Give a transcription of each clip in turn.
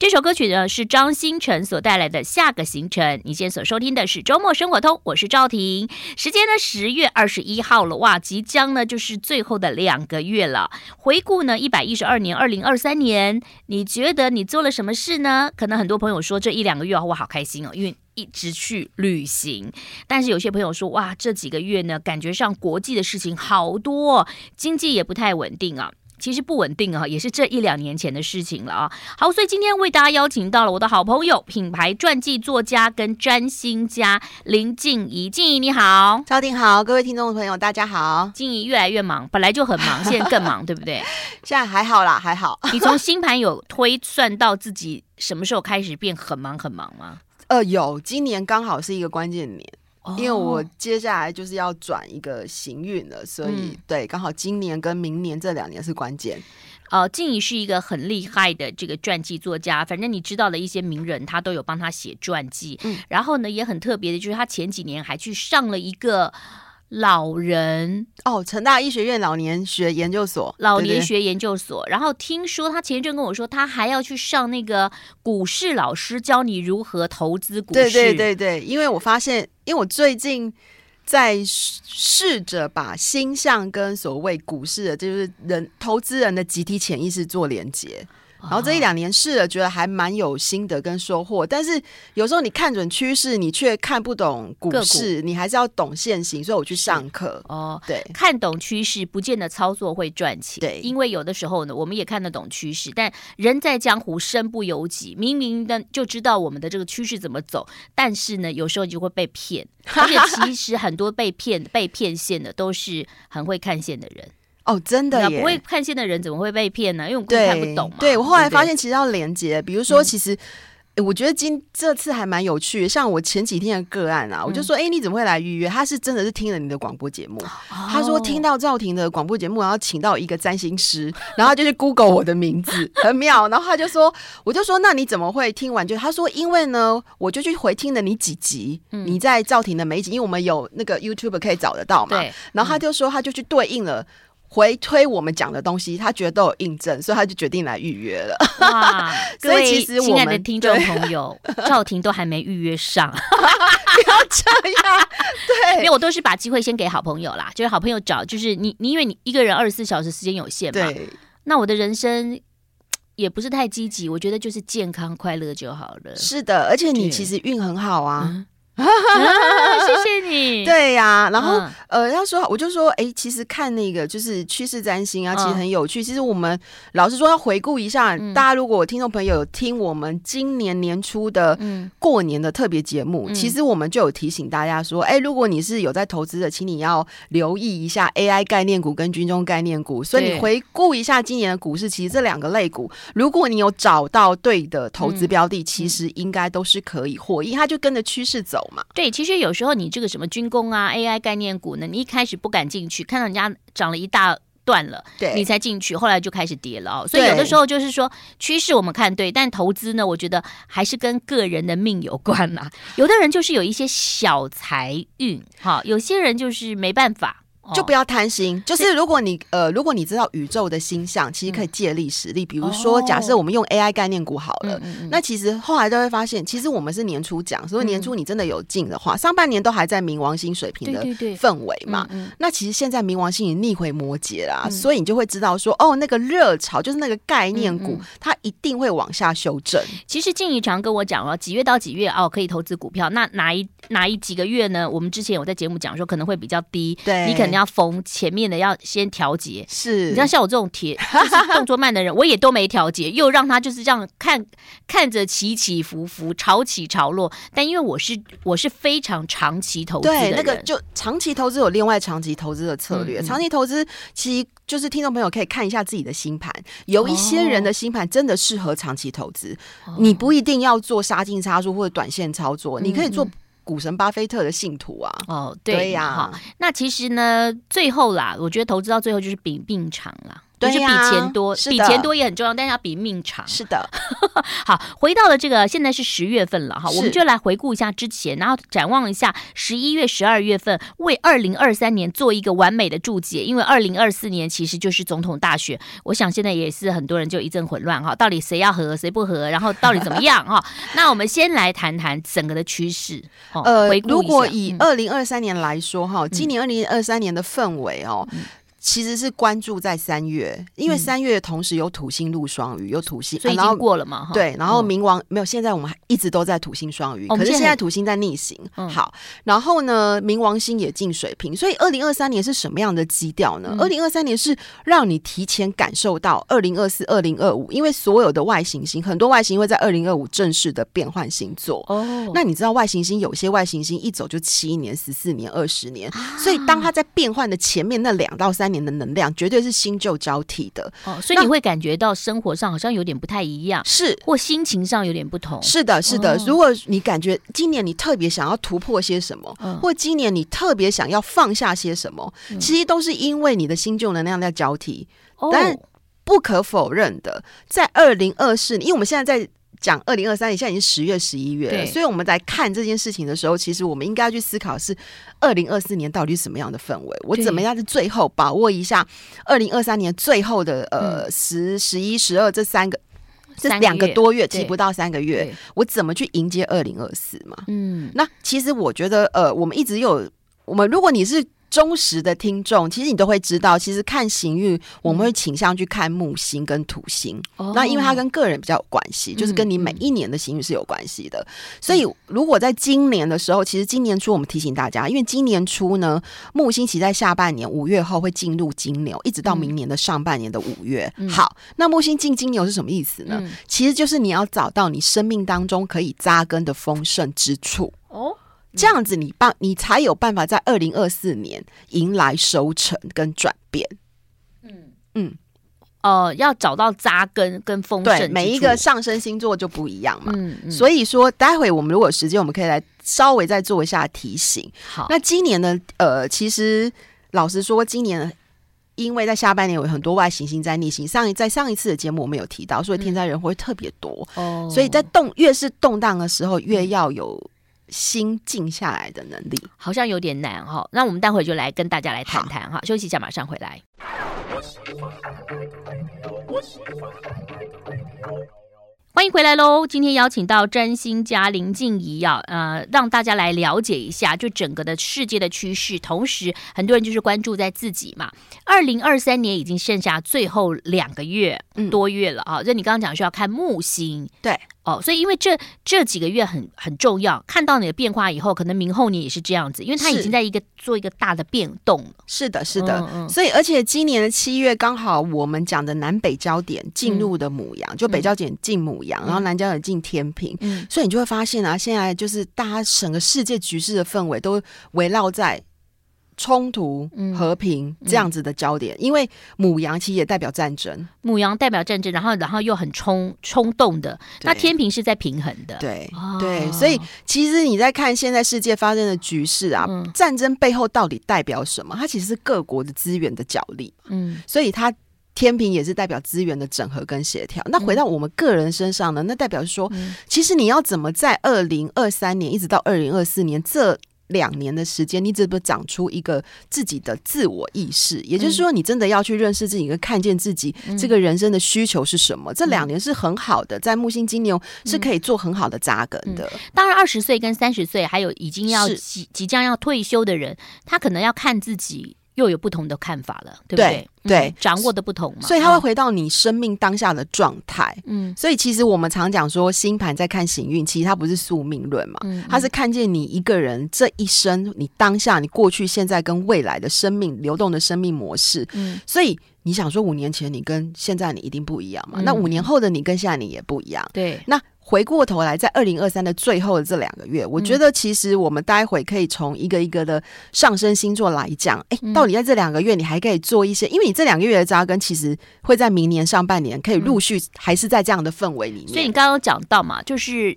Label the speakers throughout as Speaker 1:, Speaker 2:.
Speaker 1: 这首歌曲呢是张新成所带来的《下个行程》。你现在所收听的是周末生活通，我是赵婷。时间呢10月21号了，哇，即将呢就是最后的2个月了。回顾呢112年2023年，你觉得你做了什么事呢？可能很多朋友说这1-2个月我好开心哦，因为一直去旅行。但是有些朋友说，哇，这几个月呢感觉上国际的事情好多，经济也不太稳定啊。其实不稳定啊，也是这1-2年前的事情了啊。好，所以今天为大家邀请到了我的好朋友，品牌传记作家跟占星家林静怡。静怡你好。
Speaker 2: 赵婷好，各位听众朋友大家好。
Speaker 1: 静怡越来越忙，本来就很忙，现在更忙，对不对？
Speaker 2: 现在还好啦，还好。
Speaker 1: 你从星盘有推算到自己什么时候开始变很忙很忙吗？
Speaker 2: 有，今年刚好是一个关键年。因为我接下来就是要转一个行运了，所以对，刚好今年跟明年这2年是关键。
Speaker 1: 静怡是一个很厉害的这个传记作家，反正你知道的一些名人，他都有帮他写传记。然后呢，也很特别的，就是他前几年还去上了一个老人
Speaker 2: 成大医学院老年学研究所，
Speaker 1: 老年学研究所。然后听说他前一阵跟我说，他还要去上那个股市老师，教你如何投资股市。
Speaker 2: 对，因为我发现，因为我最近在试着把星象跟所谓股市的，就是投资人的集体潜意识做连结。然后这1-2年试了，觉得还蛮有心得跟收获。但是有时候你看准趋势，你却看不懂股市，你还是要懂现行。所以我去上课。对，
Speaker 1: 看懂趋势不见得操作会赚钱。
Speaker 2: 对，
Speaker 1: 因为有的时候呢，我们也看得懂趋势，但人在江湖身不由己，明明的就知道我们的这个趋势怎么走，但是呢，有时候就会被骗。而且其实很多被骗线的都是很会看线的人。
Speaker 2: 真的耶！
Speaker 1: 不会看线的人怎么会被骗呢？因为我们看不懂嘛。
Speaker 2: 对，我后来发现其实要连结，比如说其实。我觉得这次还蛮有趣的，像我前几天的个案啊，我就说你怎么会来预约？他是真的是听了你的广播节目，他说听到赵婷的广播节目，然后请到一个占星师，然后他就去 Google 我的名字，很妙。然后他就说，我就说那你怎么会听完？他说因为呢，我就去回听了你几集，你在赵婷的每一集，因为我们有那个 YouTube 可以找得到嘛。对。然后他就说，他就去对应了。回推我们讲的东西，他觉得都有印证，所以他就决定来预约了。
Speaker 1: 哇！
Speaker 2: 所以其实我们
Speaker 1: 亲爱的听众朋友，赵婷都还没预约上，
Speaker 2: 不要这样。对，
Speaker 1: 因为我都是把机会先给好朋友啦，就是好朋友找，就是你因为你一个人24小时时间有限嘛。对。那我的人生也不是太积极，我觉得就是健康快乐就好了。
Speaker 2: 是的，而且你其实运很好啊。
Speaker 1: 谢谢你。
Speaker 2: 对呀，然后他说，我就说，其实看那个就是趋势占星啊，其实很有趣。其实我们老实说要回顾一下，大家如果听众朋友有听我们今年年初的过年的特别节目，其实我们就有提醒大家说，如果你是有在投资的，请你要留意一下 AI 概念股跟军中概念股。所以你回顾一下今年的股市，其实这2个类股，如果你有找到对的投资标的，其实应该都是可以获益，它就跟着趋势走。
Speaker 1: 对，其实有时候你这个什么军工啊 AI 概念股呢，你一开始不敢进去，看到人家涨了一大段了，你才进去，后来就开始跌了。所以有的时候就是说趋势我们看对，但投资呢，我觉得还是跟个人的命有关啦。有的人就是有一些小财运，有些人就是没办法。
Speaker 2: 就不要贪心，就是如果你知道宇宙的星象，其实可以借力使力。比如说，假设我们用 AI 概念股好了，那其实后来都会发现，其实我们是年初讲，所以年初你真的有进的话，上半年都还在冥王星水平的氛围嘛。那其实现在冥王星已逆回摩羯啦，所以你就会知道说，那个热潮就是那个概念股，它一定会往下修正。
Speaker 1: 其实静怡常跟我讲几月到几月可以投资股票，那哪一几个月呢？我们之前有在节目讲说可能会比较低，对，你可能要逢前面的要先调节。是，你知道像我这种就是动作慢的人，我也都没调节，又让他就是这样看着起起伏伏，潮起潮落。但因为我是非常长期投资的人，
Speaker 2: 对，那个就长期投资有另外长期投资的策略。长期投资其实就是听众朋友可以看一下自己的星盘，有一些人的星盘真的适合长期投资，你不一定要做杀进杀出或者短线操作，你可以做股神巴菲特的信徒啊。
Speaker 1: 对呀。那其实呢，最后啦，我觉得投资到最后就是病长啦。 就是比钱多，
Speaker 2: 是的
Speaker 1: 比钱多也很重要，但是要比命长。
Speaker 2: 是的，
Speaker 1: 好，回到了这个现在是10月份了哈，我们就来回顾一下之前，然后展望一下11月、12月份，为2023年做一个完美的注解。因为2024年其实就是总统大选，我想现在也是很多人就一阵混乱哈，到底谁要合谁不合，然后到底怎么样哈？那我们先来谈谈整个的趋势。回顾一下，
Speaker 2: 如果以2023年来说哈，今年2023年的氛围哦。其实是关注在3月，因为3月同时有土星入双鱼，有土星，
Speaker 1: 所以已经过了嘛？
Speaker 2: 对，然后冥王没有，现在我们一直都在土星双鱼，可是现在土星在逆行。好，然后呢，冥王星也进水瓶，所以2023年是什么样的基调呢？2023年是让你提前感受到2024、2025，因为所有的外行星，很多外行星会在2025正式的变换星座。那你知道外行星有些外行星一走就7年、14年、20年，所以当它在变换的前面那2到3年的能量绝对是新旧交替的。
Speaker 1: 所以你会感觉到生活上好像有点不太一样，
Speaker 2: 是，
Speaker 1: 或心情上有点不同。
Speaker 2: 是的，是的。如果你感觉今年你特别想要突破些什么，或今年你特别想要放下些什么，其实都是因为你的新旧能量在交替。但不可否认的，在2024年，因为我们现在在讲2023年，现在已经10月、11月了，所以我们在看这件事情的时候，其实我们应该要去思考是2024年到底是什么样的氛围，我怎么样在最后把握一下2023年最后的10、11、12这2个多月，其实不到3个月，我怎么去迎接2024嘛？那其实我觉得我们一直如果你是忠实的听众，其实你都会知道，其实看行运我们会倾向去看木星跟土星。那因为它跟个人比较有关系，就是跟你每一年的行运是有关系的。所以如果在今年的时候，其实今年初我们提醒大家，因为今年初呢，木星其实在下半年5月后会进入金牛，一直到明年的上半年的5月。好，那木星进金牛是什么意思呢？其实就是你要找到你生命当中可以扎根的丰盛之处。这样子你才有办法在2024年迎来收成跟转变。
Speaker 1: 要找到扎根跟丰盛之处。对，
Speaker 2: 每一个上升星座就不一样嘛。所以说待会我们如果有时间，我们可以来稍微再做一下提醒。好，那今年呢其实老实说，今年因为在下半年有很多外行星在逆行，在上一次的节目我们有提到，所以天灾人祸会特别多。所以在越是动荡的时候，越要有心静下来的能力，
Speaker 1: 好像有点难哈。那我们待会就来跟大家来谈谈哈。休息一下，马上回来。欢迎回来喽！今天邀请到占星家林静怡让大家来了解一下就整个的世界的趋势，同时很多人就是关注在自己嘛。2023年已经剩下最后2个月多月了啊！这你刚刚讲需要看木星，
Speaker 2: 对
Speaker 1: 所以因为这几个月很重要，看到你的变化以后，可能明后年也是这样子，因为它已经在做一个大的变动了。是的，是的。
Speaker 2: 所以而且今年的7月刚好我们讲的南北焦点进入的牡羊，就北焦点进牡羊，然后南焦点进天秤，所以你就会发现啊，现在就是大家整个世界局势的氛围都围绕在冲突、和平这样子的焦点，因为牡羊其实也代表战争，
Speaker 1: 然后又很冲动的，那天平是在平衡的，
Speaker 2: 对、对，所以其实你在看现在世界发生的局势啊，战争背后到底代表什么？它其实是各国的资源的角力，所以它天平也是代表资源的整合跟协调。那回到我们个人身上呢，那代表说，其实你要怎么在2023年一直到2024年这2年的时间，你怎么长出一个自己的自我意识？也就是说，你真的要去认识自己，跟看见自己这个人生的需求是什么。这2年是很好的，在木星金牛是可以做很好的扎根的。
Speaker 1: 当然20岁跟30岁还有已经要即将要退休的人，他可能要看自己又有不同的看法了，对不对？对，掌握的不同嘛，
Speaker 2: 所以它会回到你生命当下的状态。所以其实我们常讲说，星盘在看行运，其实它不是宿命论嘛，它是看见你一个人这一生，你当下、你过去、现在跟未来的生命流动的生命模式。所以你想说5年前你跟现在你一定不一样嘛？那5年后的你跟现在你也不一样。
Speaker 1: 对，
Speaker 2: 那回过头来，在2023的最后的这2个月，我觉得其实我们待会可以从一个一个的上升星座来讲，到底在这2个月你还可以做一些，因为你这2个月的扎根，其实会在明年上半年可以陆续还是在这样的氛围里面。
Speaker 1: 所以你刚刚有讲到嘛，就是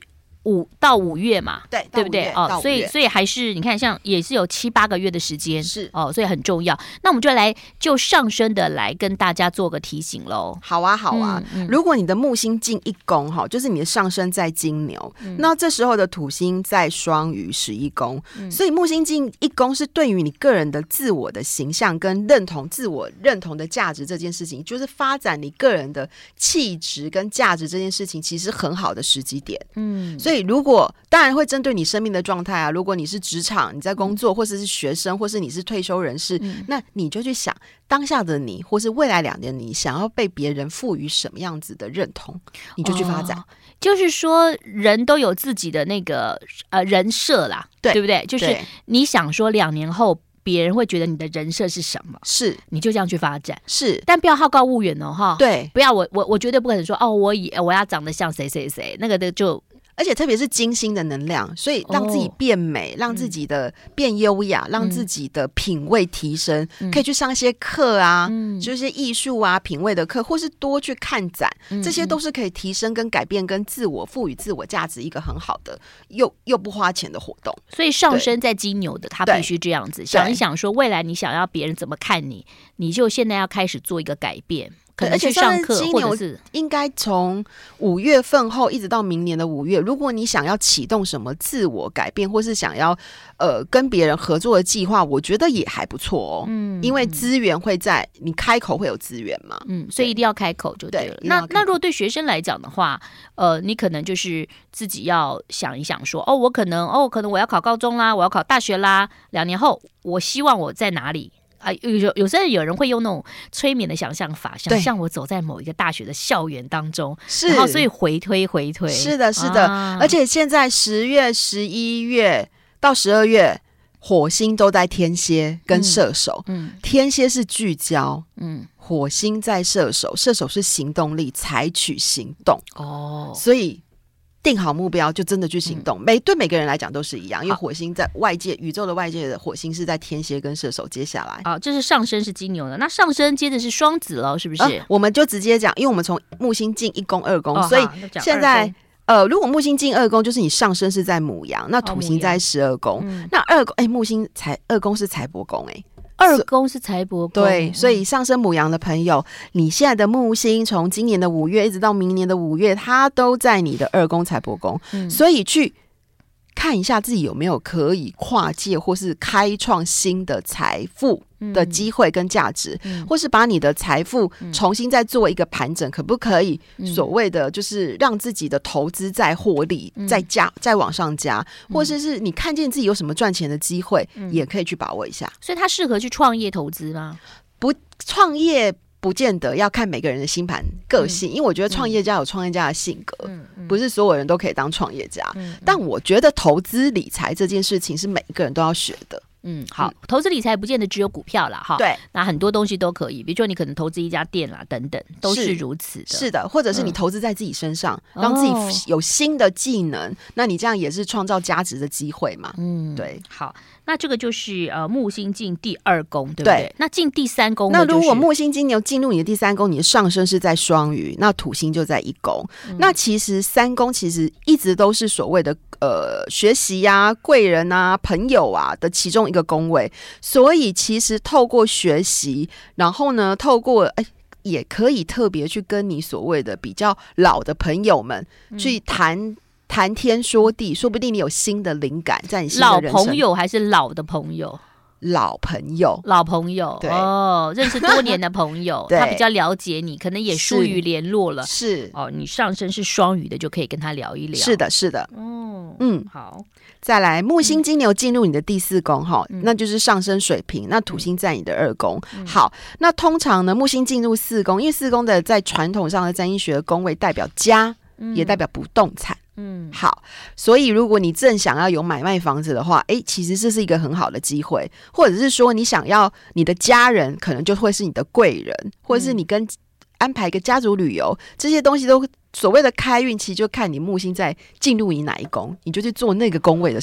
Speaker 1: 5月嘛，对不对？所以还是你看，像也是有7、8个月的时间，
Speaker 2: 是
Speaker 1: 所以很重要。那我们就上升的来跟大家做个提醒喽。
Speaker 2: 好啊，如果你的木星进1宫哈，就是你的上升在金牛，那这时候的土星在双鱼11宫，所以木星进1宫是对于你个人的自我的形象跟自我认同的价值这件事情，就是发展你个人的气质跟价值这件事情，其实很好的时机点。所以如果当然会针对你生命的状态啊，如果你是职场，你在工作，或者是学生，或是你是退休人士，那你就去想当下的你，或是未来2年你想要被别人赋予什么样子的认同，你就去发展。
Speaker 1: 就是说人都有自己的那个人设啦，对不对？就是你想说2年后别人会觉得你的人设是什么，
Speaker 2: 是你
Speaker 1: 就这样去发展，
Speaker 2: 是，
Speaker 1: 但不要好高骛远哦，哈，
Speaker 2: 对，
Speaker 1: 不要我绝对不可能说我要长得像谁谁谁，那个的就。
Speaker 2: 而且特别是金星的能量，所以让自己变美，让自己的变优雅，让自己的品味提升，可以去上一些课啊，就是些艺术啊品味的课，或是多去看展，这些都是可以提升跟改变跟自我赋予自我价值一个很好的又不花钱的活动。
Speaker 1: 所以上升在金牛的他必须这样子想一想，说未来你想要别人怎么看你，你就现在要开始做一个改变。可能去上课，或者是
Speaker 2: 应该从5月份后一直到明年的5月，如果你想要启动什么自我改变，或是想要跟别人合作的计划，我觉得也还不错哦。因为资源会在你开口会有资源嘛，
Speaker 1: 所以一定要开口就对了。那如果对学生来讲的话，你可能就是自己要想一想说，我可能我要考高中啦，我要考大学啦，2年后我希望我在哪里。有时候有人会用那种催眠的想象法，想象我走在某一个大学的校园当中，然后所以回推，
Speaker 2: 是的，而且现在10月、11月到12月，火星都在天蝎跟射手，天蝎是聚焦，火星在射手，射手是行动力，采取行动，所以。定好目标就真的去行动，对每个人来讲都是一样，因为火星在外界宇宙的外界的火星是在天蝎跟射手。接下来
Speaker 1: 这是上升是金牛的，那上升接着是双子了，是不是？
Speaker 2: 我们就直接讲，因为我们从木星进1宫2宫，所以现在如果木星进2宫，就是你上升是在牡羊，那土星在12宫，那2宫木星2宫是财帛宫
Speaker 1: 2宫是财帛宫，
Speaker 2: 对，所以上升牡羊的朋友，你现在的木星从今年的5月一直到明年的5月，它都在你的2宫财帛宫，所以去看一下自己有没有可以跨界或是开创新的财富的机会跟价值，或是把你的财富重新再做一个盘整，可不可以所谓的就是让自己的投资再获利再往上加，或者是你看见自己有什么赚钱的机会，也可以去把握一下。
Speaker 1: 所以它适合去创业投资吗？
Speaker 2: 不，创业不见得，要看每个人的星盘个性，因为我觉得创业家有创业家的性格，不是所有人都可以当创业家，但我觉得投资理财这件事情是每一个人都要学的。
Speaker 1: 好，投资理财不见得只有股票啦，哈，
Speaker 2: 对，
Speaker 1: 那很多东西都可以，比如说你可能投资一家店啦，等等，都是如此的。
Speaker 2: 是的，或者是你投资在自己身上，让自己有新的技能，那你这样也是创造价值的机会嘛。对，
Speaker 1: 好，那这个就是木星进第2宫，对不对？那进第3宫，
Speaker 2: 那如果木星金牛进入你的第3宫，你的上升是在双鱼，那土星就在1宫。那其实3宫其实一直都是所谓的学习啊、贵人啊、朋友啊的其中一个宫位，所以其实透过学习，然后呢，透过也可以特别去跟你所谓的比较老的朋友们去谈天说地，说不定你有新的灵感在你新的人生。
Speaker 1: 老朋友还是老的朋友？
Speaker 2: 老朋友，
Speaker 1: 对认识多年的朋友，他比较了解你，可能也疏于联络了。
Speaker 2: 是
Speaker 1: 你上升是双鱼的，就可以跟他聊一聊。
Speaker 2: 是的，
Speaker 1: 好。
Speaker 2: 再来，木星金牛进入你的第4宫那就是上升水瓶，那土星在你的2宫。好，那通常呢，木星进入4宫，因为4宫的在传统上的占星学的宫位代表家，也代表不动产。好，所以如果你正想要有买卖房子的话，其实这是一个很好的机会，或者是说你想要你的家人可能就会是你的贵人，或者是你跟安排一个家族旅游，这些东西都所谓的开运，其实就看你木星在进入你哪一宫，你就去做那个宫位的事情。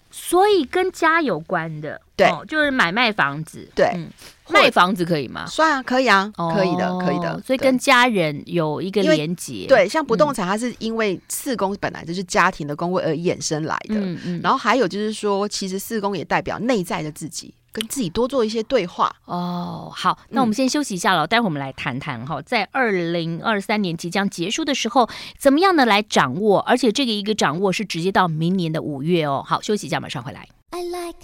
Speaker 1: 所以跟家有关的，
Speaker 2: 对，
Speaker 1: 就是买卖房子，
Speaker 2: 对，
Speaker 1: 卖房子可以吗？
Speaker 2: 算啊，可以啊，可以的，可以的。
Speaker 1: 所以跟家人有一个连结。
Speaker 2: 对，像不动产，它是因为四宫本来就是家庭的宫位而衍生来的。然后还有就是说，其实四宫也代表内在的自己，跟自己多做一些对话。
Speaker 1: 好，那我们先休息一下了，待会我们来谈谈在2023年即将结束的时候，怎么样的来掌握，而且这个一个掌握是直接到明年的5月哦。好，休息一下，马上回来。I like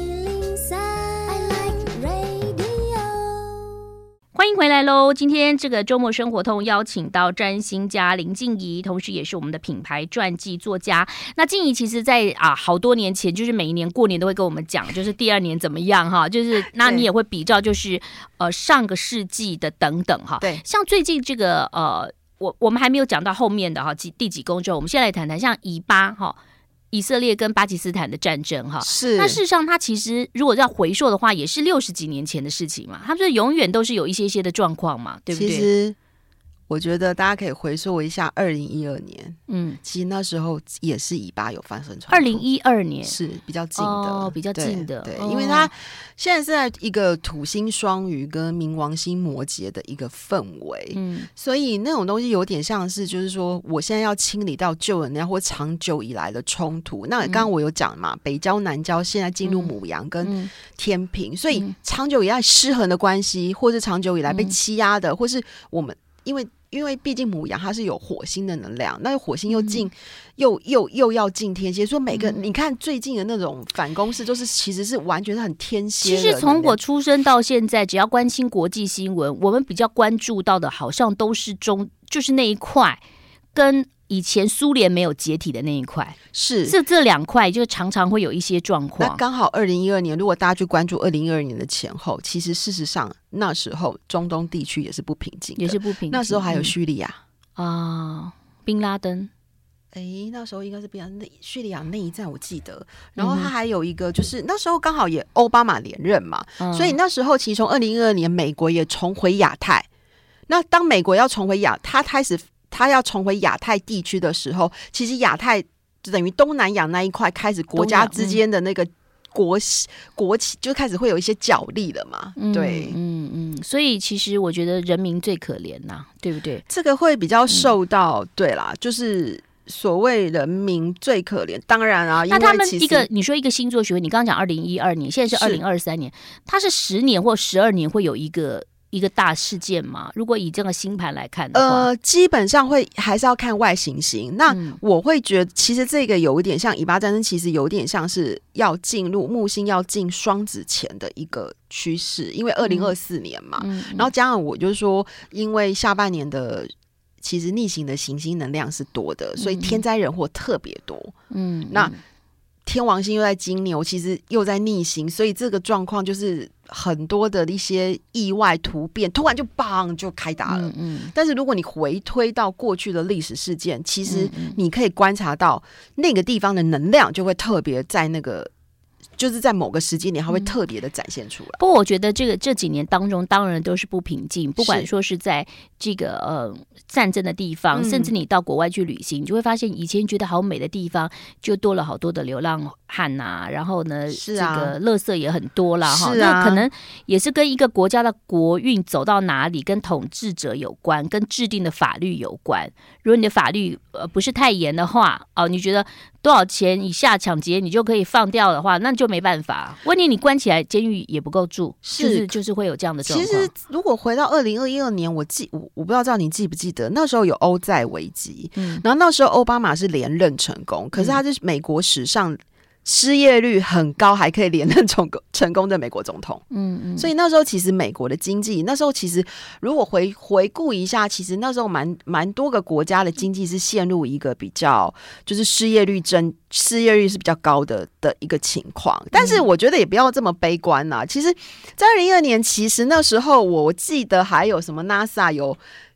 Speaker 1: 103, I like radio。 欢迎回来喽！今天这个周末生活通邀请到占星家林静怡，同时也是我们的品牌传记作家。那静怡其实在好多年前，就是每一年过年都会跟我们讲，就是第二年怎么样哈，就是那你也会比照就是上个世纪的等等哈。
Speaker 2: 对，
Speaker 1: 像最近这个我们还没有讲到后面的第几宫之后，我们先来谈谈像以巴以色列跟巴基斯坦的战争
Speaker 2: 是。
Speaker 1: 那事实上它其实如果要回溯的话也是60几年前的事情嘛，他们永远都是有一些的状况嘛，对不对？
Speaker 2: 其实我觉得大家可以回溯一下2012年，其实那时候也是以巴有发生冲突。
Speaker 1: 2012年
Speaker 2: 是比较近的，
Speaker 1: 比较近的，
Speaker 2: 对，因为它现在是在一个土星双鱼跟冥王星摩羯的一个氛围，所以那种东西有点像是就是说，我现在要清理到旧能量或长久以来的冲突。那刚刚我有讲嘛，北交南交现在进入牡羊跟天平，所以长久以来失衡的关系，或是长久以来被欺压的，或是我们因为毕竟牡羊它是有火星的能量，那火星又进又要进天蝎，所以每个你看最近的那种反攻势，就是其实是完全是很天蝎的。
Speaker 1: 其实从我出生到现在，只要关心国际新闻，我们比较关注到的，好像都是就是那一块跟以前苏联没有解体的那一块，是这两块就常常会有一些状况。
Speaker 2: 那刚好2012年，如果大家去关注2012年的前后，其实事实上那时候中东地区也是不平静的，
Speaker 1: 也是不平静。
Speaker 2: 那时候还有叙利亚
Speaker 1: 宾拉登。
Speaker 2: 那时候应该是叙利亚内战，我记得。然后他还有一个，就是那时候刚好也奥巴马连任嘛，所以那时候其实从2012年，美国也重回亚太。那当美国要重回他要重回亚太地区的时候，其实亚太就等于东南亚那一块开始国家之间的那个国企就开始会有一些角力了嘛。对，
Speaker 1: 所以其实我觉得人民最可怜呐，对不对？
Speaker 2: 这个会比较受到对啦，就是所谓人民最可怜。当然啊，
Speaker 1: 那他们你说一个星座学会，你刚刚讲2012年，现在是2023年，它是10年或12年会有一个大事件吗？如果以这个星盘来看的话，
Speaker 2: 基本上还是要看外行星。那我会觉得，其实这个有一点像以巴战争，其实有点像是要进入木星要进双子前的一个趋势，因为2024年嘛。然后加上我就是说，因为下半年的其实逆行的行星能量是多的，所以天灾人祸特别多。那天王星又在金牛，其实又在逆行，所以这个状况就是很多的一些意外突变，突然就砰就开打了。但是如果你回推到过去的历史事件，其实你可以观察到那个地方的能量就会特别在那个。就是在某个时间点，它会特别的展现出来。
Speaker 1: 不过，我觉得这几年当中，当然都是不平静。不管说是在这个战争的地方，甚至你到国外去旅行，你就会发现以前觉得好美的地方，就多了好多的流浪汉呐。然后呢，这个垃圾也很多啦哈。那可能也是跟一个国家的国运走到哪里，跟统治者有关，跟制定的法律有关。如果你的法律不是太严的话，你觉得多少钱以下抢劫你就可以放掉的话，那就没办法。问题你关起来，监狱也不够住，就是会有这样的状况。
Speaker 2: 其实如果回到2021年，我不知道你记不记得，那时候有欧债危机，然后那时候奥巴马是连任成功，可是他是美国史上失业率很高还可以连任成功的美国总统。所以那时候其实美国的经济，那时候其实如果回顾一下，其实那时候蛮多个国家的经济是陷入一个比较就是失业率是比较高的一个情况。但是我觉得也不要这么悲观啦。其实在2012年，其实那时候我记得还有什么 NASA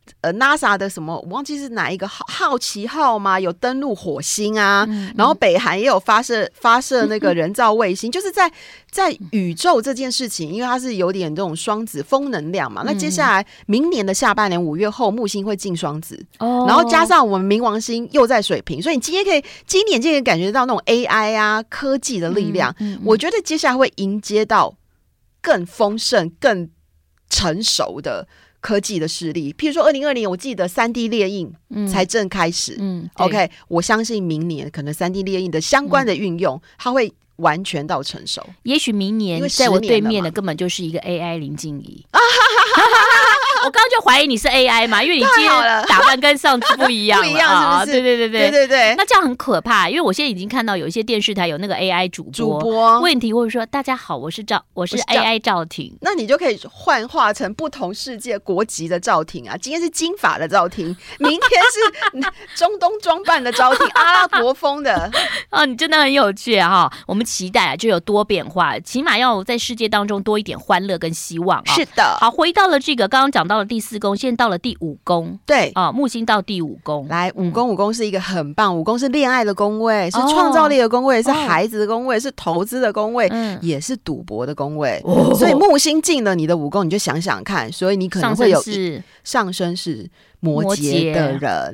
Speaker 2: NASA 的什么，我忘记是哪一个好奇号吗？有登陆火星啊，然后北韩也有发射那个人造卫星，就是在宇宙这件事情，因为它是有点这种双子风能量嘛。那接下来明年的下半年5月后，木星会进双子，然后加上我们冥王星又在水瓶，所以你今年就可以感觉到那种 AI 啊科技的力量。我觉得接下来会迎接到更丰盛、更成熟的科技的势力，譬如说2020年我记得 3D 列印才正开始，OK， 我相信明年可能 3D 列印的相关的运用，它会完全到成熟。
Speaker 1: 也许明年在我对面的根本就是一个 AI 林静怡。我刚刚就怀疑你是 AI 嘛，因为你今天打扮跟上次不一样了，
Speaker 2: 不一样是不是？对。
Speaker 1: 那这样很可怕，因为我现在已经看到有一些电视台有那个 AI 主播问题，或者说大家好，我是 AI 赵婷，
Speaker 2: 那你就可以幻化成不同世界国籍的赵婷啊。今天是金发的赵婷，明天是中东装扮的赵婷，阿拉伯风的
Speaker 1: 啊，你真的很有趣哈。我们期待就有多变化，起码要在世界当中多一点欢乐跟希望啊。
Speaker 2: 是的，
Speaker 1: 好，回到了这个刚刚讲到了第4宫，现在到了第5宫，
Speaker 2: 对
Speaker 1: 啊，木星到第5宫，
Speaker 2: 来5宫是一个很棒，5宫是恋爱的宫位，是创造力的宫位，是孩子的宫位，是投资的宫位，也是赌博的宫位，所以木星进了你的5宫，你就想想看，所以你可能会有上升是摩羯的人，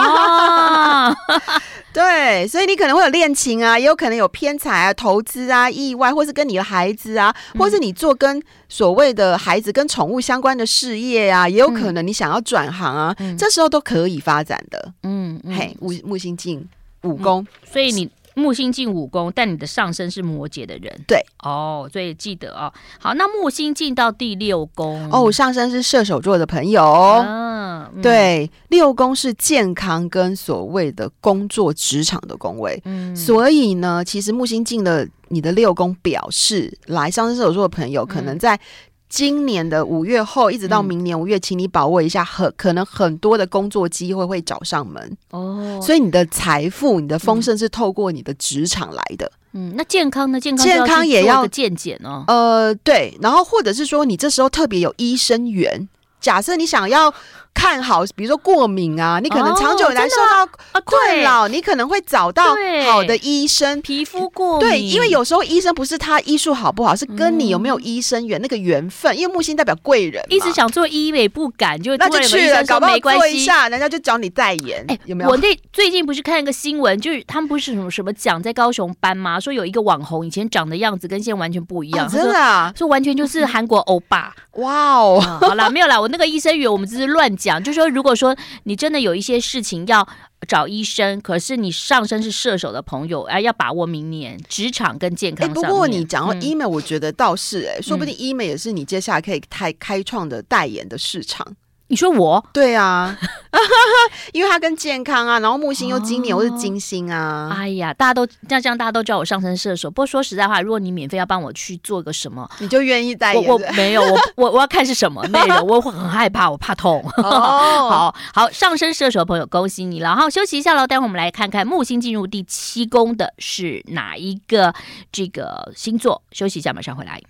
Speaker 2: 对，所以你可能会有恋情啊，也有可能有偏财啊、投资啊、意外，或是跟你的孩子啊，或是你做跟所谓的孩子跟宠物相关的事业啊，也有可能你想要转行啊，这时候都可以发展的。木星进5宫，
Speaker 1: 所以你木星进5宫，但你的上升是摩羯的人，
Speaker 2: 对
Speaker 1: 哦，所以记得哦。好，那木星进到第6宫，
Speaker 2: 哦，上升是射手座的朋友，对，6宫是健康跟所谓的工作职场的宫位，所以呢，其实木星进了你的6宫，表示来上升射手座的朋友，可能在今年的5月后一直到明年5月，请你把握一下，可能很多的工作机会会找上门哦。所以你的财富、你的丰盛是透过你的职场来的。
Speaker 1: 那健康呢？健康也要健检哦。
Speaker 2: 对，然后或者是说你这时候特别有医生缘，假设你想要看好，比如说过敏啊，你可能长久以来受到困扰，你可能会找到好的医生。
Speaker 1: 皮肤过敏，
Speaker 2: 对，因为有时候医生不是他医术好不好，是跟你有没有医生缘那个缘分。因为木星代表贵人嘛，
Speaker 1: 一直想做医美不敢，
Speaker 2: 那就去了，搞不好做一下，人家就找你代言。有没有？
Speaker 1: 我最近不是看一个新闻，就是他们不是什么奖在高雄颁吗？说有一个网红以前长的样子跟现在完全不一样，
Speaker 2: 真的啊，
Speaker 1: 说完全就是韩国欧巴。
Speaker 2: 哇哦，
Speaker 1: 好啦，没有啦，我那个医生缘我们只是乱讲，就说如果说你真的有一些事情要找医生，可是你上升是射手的朋友，要把握明年职场跟健康上面。
Speaker 2: 不过你讲到医美，我觉得倒是说不定医美也是你接下来可以开创的代言的市场。
Speaker 1: 你说我？
Speaker 2: 对啊，因为它跟健康啊，然后木星又今年又是金星啊。
Speaker 1: 哎呀，大家都这样，大家都叫我上升射手。不过说实在话，如果你免费要帮我去做个什么，
Speaker 2: 你就愿意代言？
Speaker 1: 我没有，我要看是什么内容，我会很害怕，我怕痛。好，上升射手的朋友，恭喜你了。好，休息一下喽，待会我们来看看木星进入第7宫的是哪一个这个星座？休息一下，马上回来。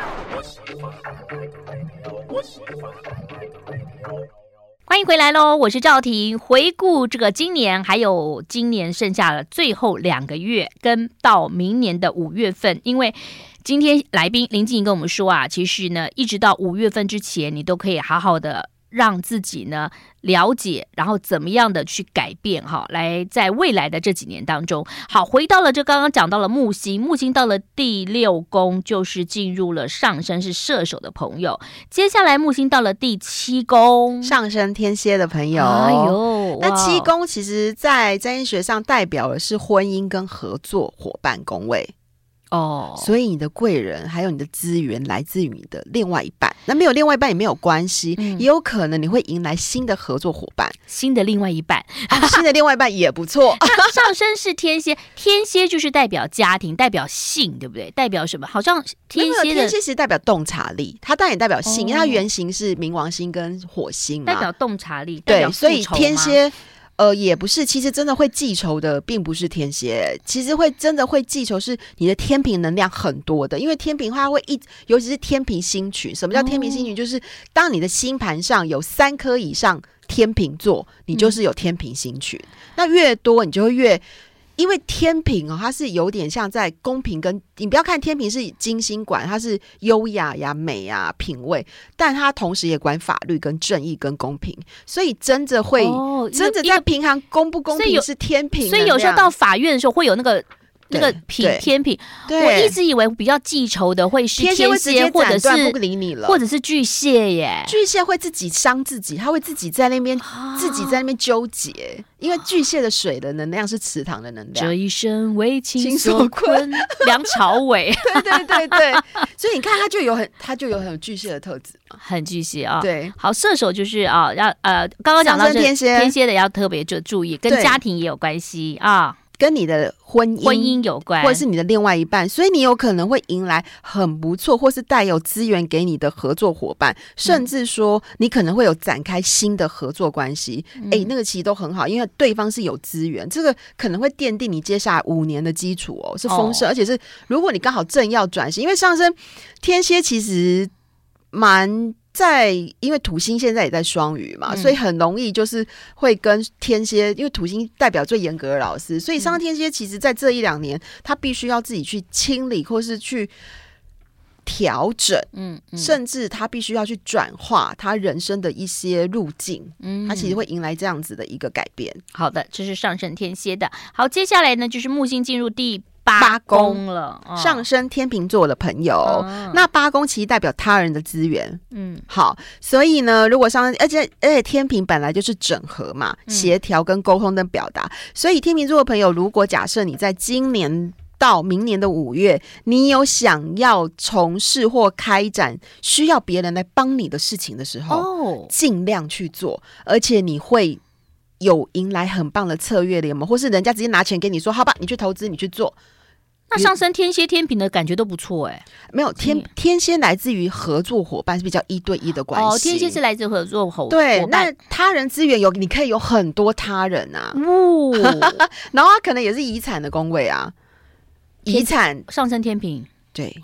Speaker 1: 欢迎回来喽，我是赵婷。回顾这个今年，还有今年剩下了最后2个月，跟到明年的5月份，因为今天来宾林静怡跟我们说啊，其实呢，一直到5月份之前，你都可以好好的让自己呢了解，然后怎么样的去改变哈，来在未来的这几年当中。好，回到了这刚刚讲到了木星到了第6宫，就是进入了上升是射手的朋友。接下来木星到了第7宫，
Speaker 2: 上升天蝎的朋友。
Speaker 1: 哎呦，
Speaker 2: 那7宫其实在占星学上代表的是婚姻跟合作伙伴宫位。所以你的贵人还有你的资源来自于你的另外一半，那没有另外一半也没有关系，也有可能你会迎来新的合作伙伴，
Speaker 1: 新的另外一半，
Speaker 2: 新的另外一半也不错。
Speaker 1: 上升是天蝎，天蝎就是代表家庭，代表性，对不对？代表什么？好像天蝎
Speaker 2: 其实代表洞察力，它当然也代表性，因为它原型是冥王星跟火星嘛，
Speaker 1: 代表洞察力。
Speaker 2: 对，所以天蝎。 也不是，其实真的会记仇的并不是天蝎，其实真的会记仇是你的天平能量很多的，因为天平的话尤其是天平星群。什么叫天平星群？就是当你的星盘上有3颗以上天平座，你就是有天平星群。那越多你就会越。因为天平它是有点像在公平跟你不要看天平是金星管，它是优雅呀、美啊、品味，但它同时也管法律跟正义跟公平，所以真的会、真的在平衡公不公平是天平，
Speaker 1: 所以有时候到法院的时候会有那个天平，我一直以为比较记仇的会是天蝎或者是
Speaker 2: 不理你了，
Speaker 1: 或者是巨蟹耶。
Speaker 2: 巨蟹会自己伤自己，他会自己在那边、纠结，因为巨蟹的水的能量是池塘的能量。
Speaker 1: 这一生为情所困，梁朝伟。
Speaker 2: 对，所以你看他就有很巨蟹的特质嘛，
Speaker 1: 很巨蟹啊。
Speaker 2: 对，
Speaker 1: 好，射手就是要刚刚讲到是天蝎的要特别就注意，跟家庭也有关系啊。
Speaker 2: 跟你的婚姻
Speaker 1: 有关，
Speaker 2: 或者是你的另外一半，所以你有可能会迎来很不错或是带有资源给你的合作伙伴，甚至说你可能会有展开新的合作关系。那个其实都很好，因为对方是有资源，这个可能会奠定你接下来5年的基础哦，是丰盛，而且是如果你刚好正要转型，因为上升天蝎其实因为土星现在也在双鱼嘛，所以很容易就是会跟天蝎，因为土星代表最严格的老师，所以上升天蝎其实在这1-2年他必须要自己去清理或是去调整，甚至他必须要去转化他人生的一些路径，他其实会迎来这样子的一个改变。
Speaker 1: 好的，这是上升天蝎的。好，接下来呢就是木星进入第8宫了，
Speaker 2: 上升天秤座的朋友，那8宫其实代表他人的资源，好，所以呢，如果上升，而且天秤本来就是整合嘛，协调跟沟通跟表达，所以天秤座的朋友，如果假设你在今年到明年的5月，你有想要从事或开展需要别人来帮你的事情的时候，尽量去做，而且你会有迎来很棒的策略联盟，或是人家直接拿钱给你说，好吧，你去投资，你去做。
Speaker 1: 那上升天蝎天秤的感觉都不错
Speaker 2: 没有天蝎来自于合作伙伴，是比较1对1的关系。
Speaker 1: 天蝎是来自合作伙伴。
Speaker 2: 对，那他人资源你可以有很多他人啊，然后他可能也是遗产的宫位啊，遗产
Speaker 1: 上升天秤，
Speaker 2: 对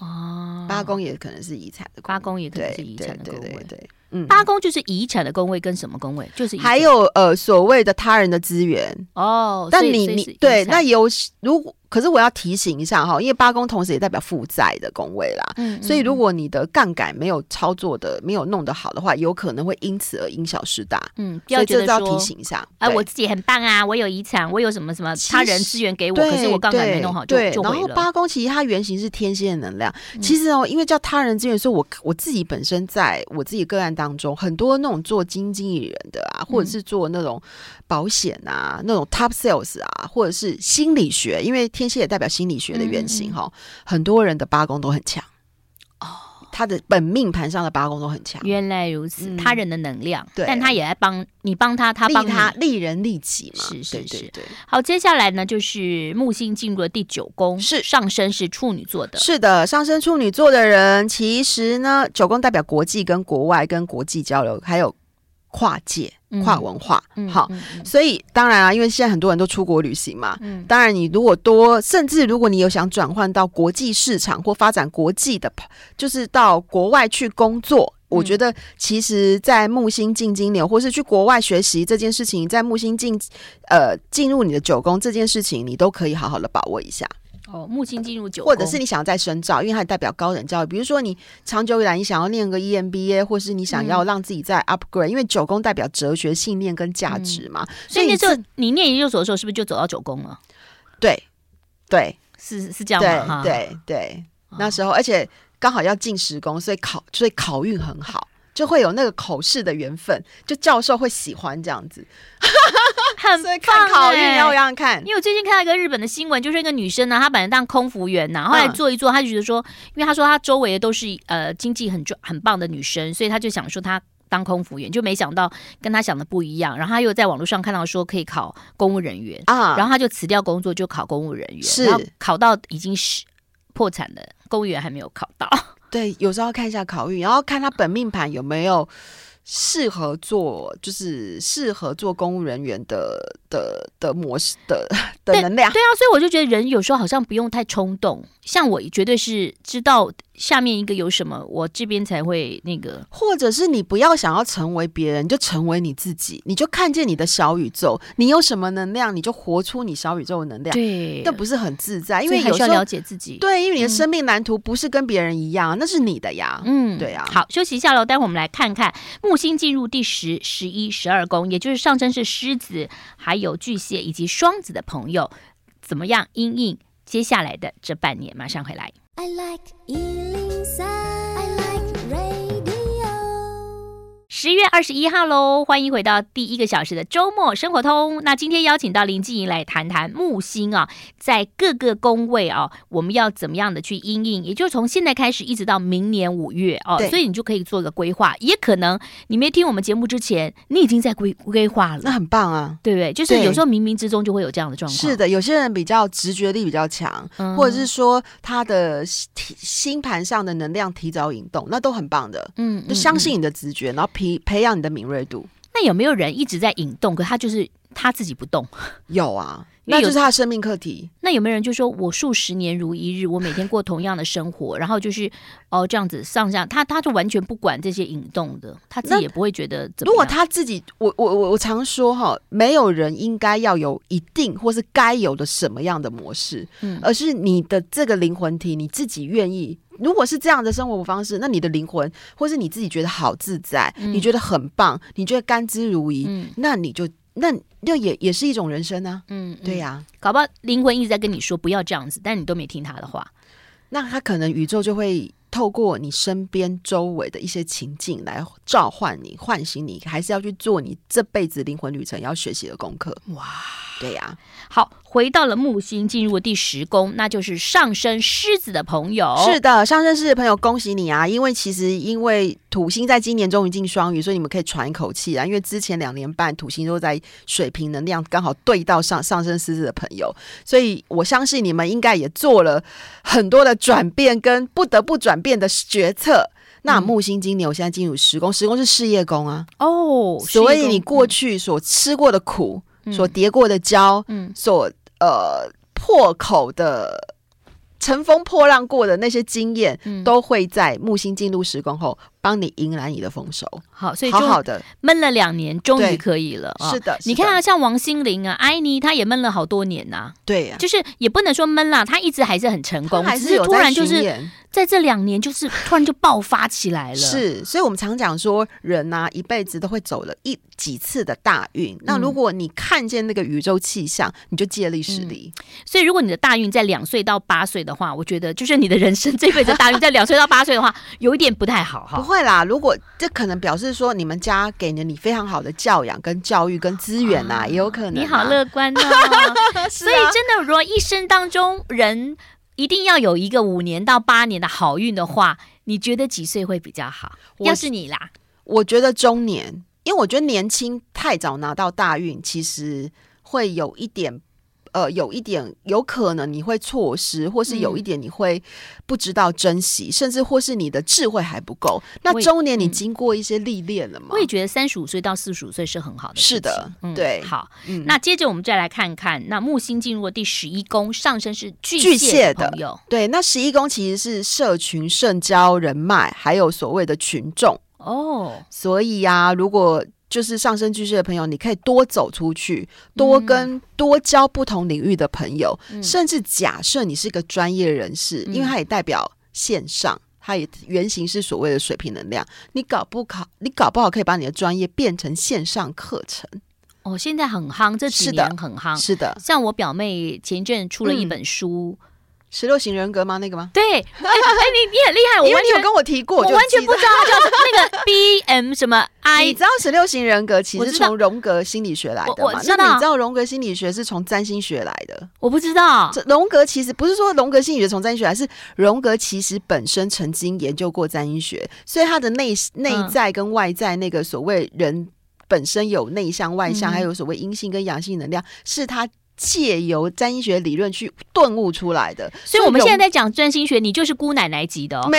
Speaker 2: 8宫也可能是遗产的宫位，8宫
Speaker 1: 也可能是遗产的宫位，对。
Speaker 2: 8
Speaker 1: 宫就是遗产的宫位跟什么宫位？就是
Speaker 2: 还有所谓的他人的资源但你对那可是我要提醒一下因为8宫同时也代表负债的宫位啦，所以如果你的杠杆没有操作的没有弄得好的话，有可能会因此而因小失大。
Speaker 1: 不要觉得说
Speaker 2: 要提醒一下，
Speaker 1: 我自己很棒啊，我有遗产，我有什么什么他人资源给我，可是我杠杆没弄好就毁了。
Speaker 2: 然后8宫其实它原型是天蝎的能量，其实因为叫他人资源，所以我自己本身在我自己个案当中，很多那种做经纪人的啊，或者是做那种保险啊，那种 top sales 啊，或者是心理学，因为天蝎也代表心理学的原型很多人的8宫都很强他的本命盘上的8宫都很强。
Speaker 1: 原来如此，他人的能量，但他也来帮他，他帮你，
Speaker 2: 利人利己嘛。
Speaker 1: 是。好，接下来呢就是木星进入了第9宫，
Speaker 2: 是
Speaker 1: 上升是处女座的。
Speaker 2: 是的，上升处女座的人，其实呢9宫代表国际跟国外跟国际交流，还有跨界跨文化，好，所以当然啊，因为现在很多人都出国旅行嘛，当然你如果甚至如果你有想转换到国际市场或发展国际的，就是到国外去工作，我觉得其实在木星进金牛或是去国外学习这件事情，在木星进入你的9宫这件事情，你都可以好好的把握一下。
Speaker 1: 木星进入9宫，
Speaker 2: 或者是你想要再深造，因为它代表高等教育，比如说你长久以来你想要念个 EMBA， 或是你想要让自己再 upgrade，因为9宫代表哲学信念跟价值嘛，
Speaker 1: 所以那时候你念研究所的时候是不是就走到9宫了？
Speaker 2: 对，
Speaker 1: 是这样吗？
Speaker 2: 对，那时候而且刚好要进10宫，所以考运很好，就会有那个口试的缘分，就教授会喜欢这样子。
Speaker 1: 很
Speaker 2: 所以看考运要让看，
Speaker 1: 因为我最近看到一个日本的新闻，就是一个女生呢，她本来当空服员后来做一做，她就觉得说，因为她说她周围的都是经济很棒的女生，所以她就想说她当空服员，就没想到跟她想的不一样。然后她又在网络上看到说可以考公务人员然后她就辞掉工作就考公务人员，然后考到已经是破产的公务员还没有考到。
Speaker 2: 对，有时候要看一下考运，然后看她本命盘有没有适合做公务人员的模式的能量。
Speaker 1: 对啊，所以我就觉得人有时候好像不用太冲动，像我绝对是知道下面一个有什么，我这边才会那个。
Speaker 2: 或者是你不要想要成为别人，就成为你自己，你就看见你的小宇宙，你有什么能量，你就活出你小宇宙的能量。
Speaker 1: 对，
Speaker 2: 这不是很自在，因为有时候
Speaker 1: 还需要了解自己。
Speaker 2: 对，因为你的生命蓝图不是跟别人一样，那是你的呀。对啊。
Speaker 1: 好，休息一下喽，待会我们来看看木星进入第10、11、12宫，也就是上升是狮子、还有巨蟹以及双子的朋友，怎么样因应接下来的这半年。马上回来。I like 103, I like radio。 10月21号喽，欢迎回到第1个小时的周末生活通。那今天邀请到林静怡来谈谈木星啊，在各个宫位啊，我们要怎么样的去因应，也就是从现在开始一直到明年5月哦，所以你就可以做个规划。也可能你没听我们节目之前，你已经在规划了，
Speaker 2: 那很棒啊，
Speaker 1: 对不对？就是有时候冥冥之中就会有这样的状况。
Speaker 2: 是的，有些人比较直觉力比较强，或者是说他的星盘上的能量提早引动，那都很棒的。就相信你的直觉，然后培养你的敏锐度。
Speaker 1: 那有没有人一直在引动，可他就是他自己不动？
Speaker 2: 有啊，那就是他的生命课题。
Speaker 1: 那有没有人就说我数十年如一日，我每天过同样的生活，然后就是这样子上下，他就完全不管这些引动的，他自己也不会觉得怎么样。
Speaker 2: 如果他自己，我常说哈，没有人应该要有一定或是该有的什么样的模式，而是你的这个灵魂体你自己愿意。如果是这样的生活方式，那你的灵魂或是你自己觉得好自在，你觉得很棒，你觉得甘之如饴，那你就那也是一种人生啊。对呀，
Speaker 1: 搞不好灵魂一直在跟你说不要这样子，但你都没听他的话，
Speaker 2: 那他可能宇宙就会透过你身边周围的一些情境来召唤你、唤醒你，还是要去做你这辈子灵魂旅程要学习的功课。哇，对呀。
Speaker 1: 好，回到了木星进入第10宫，那就是上升狮子的朋友。
Speaker 2: 是的，上升狮子的朋友，恭喜你啊！因为土星在今年终于进双鱼，所以你们可以喘一口气啊。因为之前2年半土星都在水瓶能量，刚好对到上升狮子的朋友，所以我相信你们应该也做了很多的转变跟不得不转变的决策。那木星今年我现在进入10宫，10宫是事业宫啊。所以你过去所吃过的苦，所跌过的跤，所破口的乘风破浪过的那些经验，都会在木星进入10宫后帮你迎来你的丰收。
Speaker 1: 好，所以
Speaker 2: 好好的
Speaker 1: 闷了2年，终于可以了。
Speaker 2: 是的，
Speaker 1: 你看啊，像王心凌啊、艾妮，她也闷了好多年呐。
Speaker 2: 对呀，
Speaker 1: 就是也不能说闷啦，她一直还是很成功，
Speaker 2: 只是
Speaker 1: 突然就是在这2年，就是突然就爆发起来了。
Speaker 2: 是，所以我们常讲说，人啊一辈子都会走了几次的大运。那如果你看见那个宇宙气象，你就借力使力。
Speaker 1: 所以如果你的大运在2岁到8岁的话，我觉得就是你的人生这辈子大运在2岁到8岁的话，有一点不太好哈。
Speaker 2: 不会啦，如果这可能表示说你们家给了你非常好的教养跟教育跟资源啊，也有可能。
Speaker 1: 你好乐观哦。所以真的，如果一生当中人一定要有一个5年到8年的好运的话，你觉得几岁会比较好？要是你啦，
Speaker 2: 我觉得中年，因为我觉得年轻太早拿到大运，其实会有一点有可能你会错失，或是有一点你会不知道珍惜，甚至或是你的智慧还不够。那中年你经过一些历练了吗？
Speaker 1: 我也觉得35岁到45岁是很好的事情。
Speaker 2: 是的，对。
Speaker 1: 好，那接着我们再来看看，那木星进入第11宫，上升是巨蟹的朋友。
Speaker 2: 对，那11宫其实是社群、社交、人脉，还有所谓的群众。所以啊，如果就是上升巨蟹的朋友，你可以多走出去，多交不同领域的朋友，甚至假设你是个专业人士，因为它也代表线上，它也原型是所谓的水平能量，你搞不好可以把你的专业变成线上课程。
Speaker 1: 现在很夯，这几年很夯。
Speaker 2: 是的，
Speaker 1: 像我表妹前一阵出了一本书。
Speaker 2: 16型人格吗？那个吗？
Speaker 1: 对，你很厉害，
Speaker 2: 因为你有跟我提过，
Speaker 1: 我完全不知道它叫那个 BM 什么 I。
Speaker 2: 你知道16型人格其实从荣格心理学来的吗？那你知道荣格心理学是从占星学来的？
Speaker 1: 我不知道。
Speaker 2: 荣格其实不是说荣格心理学从占星学来，是荣格其实本身曾经研究过占星学，所以他的内在跟外在那个所谓人本身有内向外向，还有所谓阴性跟阳性能量，是他借由占星学理论去顿悟出来的。
Speaker 1: 所以我们现在在讲占星学，你就是姑奶奶级的哦。
Speaker 2: 没有，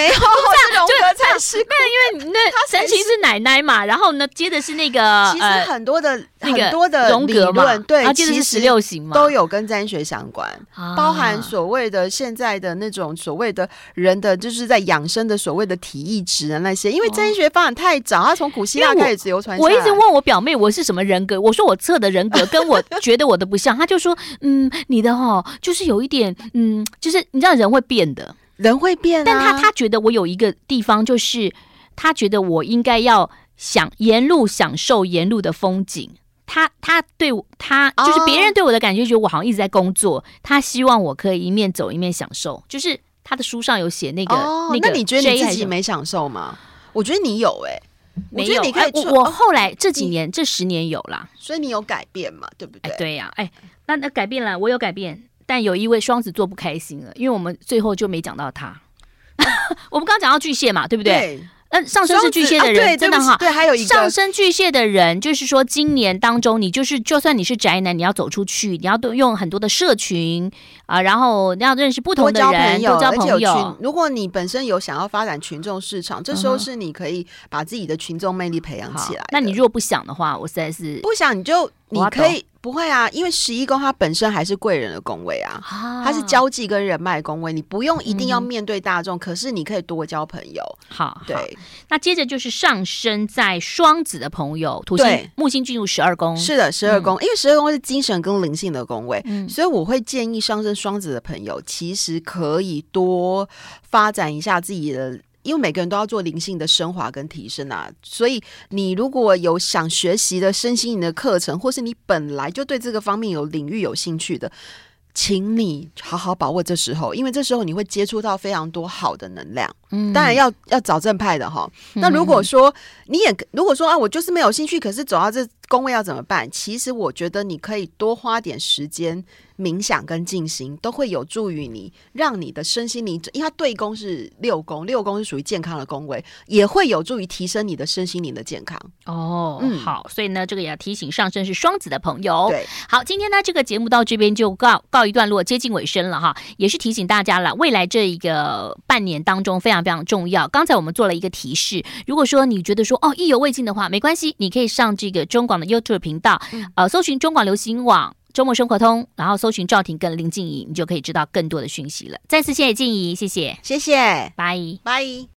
Speaker 2: 是荣格才是
Speaker 1: 没有，因为那神奇是奶奶嘛，然后呢，接着是那个
Speaker 2: 其实很多的
Speaker 1: 荣格嘛，
Speaker 2: 对，
Speaker 1: 接着是16型嘛，
Speaker 2: 都有跟占星学相关，包含所谓的现在的那种所谓的人的就是在养生的所谓的体意值的那些，因为占星学发展太早，它从古希腊开始流传下来。
Speaker 1: 我一直问我表妹我是什么人格，我说我测的人格跟我觉得我的不像，她就说你的就是有一点就是你知道人会变的。
Speaker 2: 人会变
Speaker 1: 但他觉得我有一个地方，就是他觉得我应该要沿路享受沿路的风景。他对他就是别人对我的感觉，觉得我好像一直在工作。他希望我可以一面走一面享受，就是他的书上有写那个
Speaker 2: 那你觉得你自己没享受吗？我觉得你有
Speaker 1: 没有，
Speaker 2: 我觉得你可以
Speaker 1: 我后来这几年这10年有啦，
Speaker 2: 所以你有改变嘛？对不对？
Speaker 1: 对呀，那改变了，我有改变。但有一位双子座不开心了，因为我们最后就没讲到他。我们刚刚讲到巨蟹嘛，对不对？上升是巨蟹的人，真的哈。
Speaker 2: 对，还有一个
Speaker 1: 上升巨蟹的人，就是说今年当中，你就算你是宅男，你要走出去，你要用很多的社群然后要认识不同的人，多交朋友。
Speaker 2: 如果你本身有想要发展群众市场，这时候是你可以把自己的群众魅力培养起来。
Speaker 1: 那你如果不想的话，我实在是
Speaker 2: 不想，你可以。不会啊，因为11宫它本身还是贵人的宫位它是交际跟人脉宫位，你不用一定要面对大众，可是你可以多交朋友。
Speaker 1: 好，
Speaker 2: 对。
Speaker 1: 那接着就是上升在双子的朋友，土星、木星进入12宫。
Speaker 2: 是的，12宫，因为12宫是精神跟灵性的宫位，所以我会建议上升双子的朋友，其实可以多发展一下自己的。因为每个人都要做灵性的升华跟提升所以你如果有想学习的身心灵的课程，或是你本来就对这个方面有领域有兴趣的，请你好好把握这时候，因为这时候你会接触到非常多好的能量。当然要找正派的那如果说我就是没有兴趣，可是走到这宫位要怎么办？其实我觉得你可以多花点时间冥想跟静心，都会有助于你让你的身心灵，因为它对宫是6宫，6宫是属于健康的宫位，也会有助于提升你的身心灵的健康。
Speaker 1: 好，所以呢这个也要提醒上升是双子的朋友。
Speaker 2: 对，
Speaker 1: 好，今天呢这个节目到这边就告一段落，接近尾声了也是提醒大家了，未来这一个半年当中非常非常重要。刚才我们做了一个提示，如果说你觉得说意犹未尽的话，没关系，你可以上这个中广的 YouTube 频道，搜寻中广流行网周末生活通，然后搜寻赵婷跟林静怡，你就可以知道更多的讯息了。再次谢谢静怡，谢谢，
Speaker 2: 拜。